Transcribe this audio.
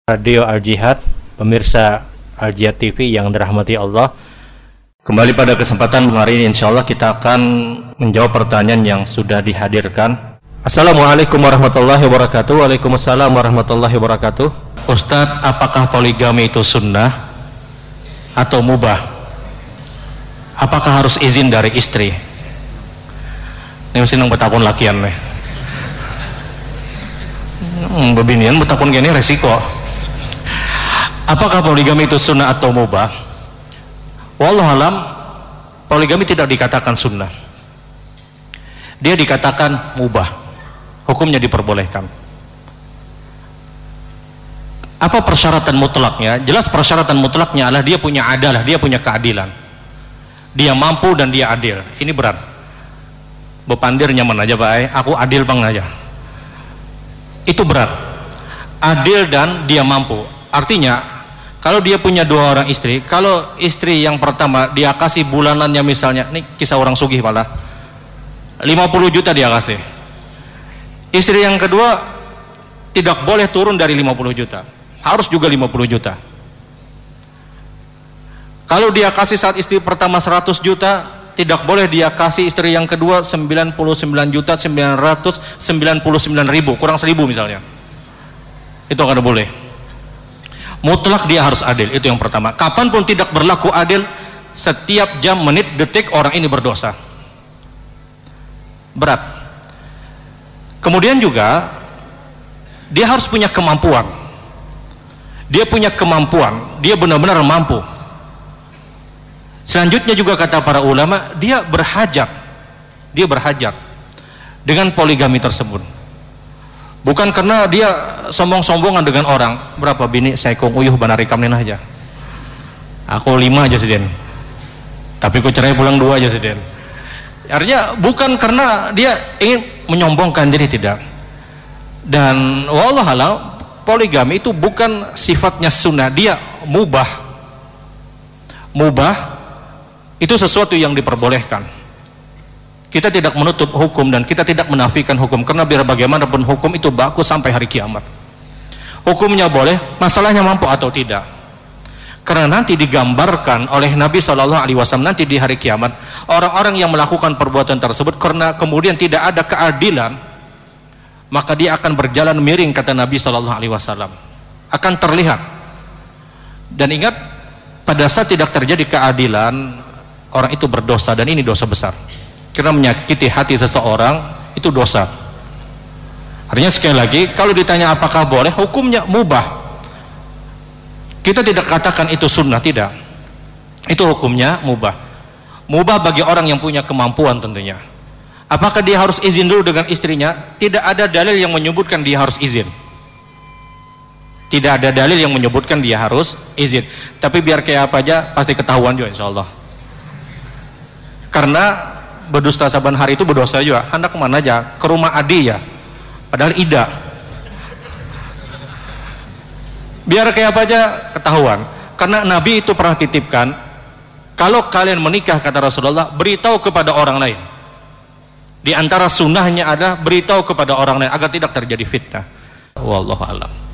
Radio Al-Jihad, pemirsa Al-Jihad TV yang dirahmati Allah. Kembali pada kesempatan hari ini insyaallah kita akan menjawab pertanyaan yang sudah dihadirkan. Assalamualaikum warahmatullahi wabarakatuh. Waalaikumsalam warahmatullahi wabarakatuh. Ustadz, apakah poligami itu sunnah atau mubah? Apakah harus izin dari istri? Ini mesti nang betakun lakian nih. Bebinian betakun gini resiko. Apakah poligami itu sunnah atau mubah? Wallahu alam, poligami tidak dikatakan sunnah. Dia dikatakan mubah. Hukumnya diperbolehkan. Apa persyaratan mutlaknya? Jelas persyaratan mutlaknya adalah dia punya adalah, dia punya keadilan. Dia mampu dan dia adil. Ini berat. Bepandir nyaman aja Pak, aku adil bang aja. Itu berat. Adil dan dia mampu. Artinya kalau dia punya dua orang istri, kalau istri yang pertama dia kasih bulanannya misalnya, ini kisah orang sugih malah 50 juta dia kasih. Istri yang kedua tidak boleh turun dari 50 juta, harus juga 50 juta. Kalau dia kasih saat istri pertama 100 juta, tidak boleh dia kasih istri yang kedua 99 juta 999 ribu, kurang 1000 misalnya. Itu akan boleh. Mutlak dia harus adil, itu yang pertama. Kapanpun tidak berlaku adil, setiap jam, menit, detik orang ini berdosa. Berat. Kemudian juga dia harus punya kemampuan. Dia punya kemampuan, dia benar-benar mampu. Selanjutnya juga kata para ulama, dia berhajat. Dia berhajat dengan poligami tersebut. Bukan karena dia sombong-sombongan dengan orang. Berapa bini saya kong uyuh banarikam nina aja. Aku 5 aja sih Den. Tapi ku cerai pulang 2 aja sih Den. Artinya bukan karena dia ingin menyombongkan diri, tidak. Dan wallahualam, poligami itu bukan sifatnya sunnah, dia mubah. Mubah itu sesuatu yang diperbolehkan. Kita tidak menutup hukum dan kita tidak menafikan hukum, karena biar bagaimanapun hukum itu baku sampai hari kiamat. Hukumnya boleh, masalahnya mampu atau tidak. Karena nanti digambarkan oleh Nabi SAW nanti di hari kiamat, orang-orang yang melakukan perbuatan tersebut karena kemudian tidak ada keadilan, maka dia akan berjalan miring, kata Nabi SAW. Akan terlihat. Dan ingat, pada saat tidak terjadi keadilan, orang itu berdosa, dan ini dosa besar. Karena menyakiti hati seseorang itu dosa. Artinya sekali lagi, kalau ditanya apakah boleh, hukumnya mubah. Kita tidak katakan itu sunnah, tidak. Itu hukumnya mubah. Mubah bagi orang yang punya kemampuan tentunya. Apakah dia harus izin dulu dengan istrinya? Tidak ada dalil yang menyebutkan dia harus izin. Tidak ada dalil yang menyebutkan dia harus izin. Tapi biar kayak apa aja, pasti ketahuan juga insya Allah. Karena berdusta saban hari itu berdosa juga. Hendak kemana aja? Ke rumah Adi ya, padahal Ida. Biar kayak apa aja ketahuan. Karena Nabi itu pernah titipkan, kalau kalian menikah, kata Rasulullah, beritahu kepada orang lain. Di antara sunnahnya ada beritahu kepada orang lain agar tidak terjadi fitnah. Wallahu a'lam.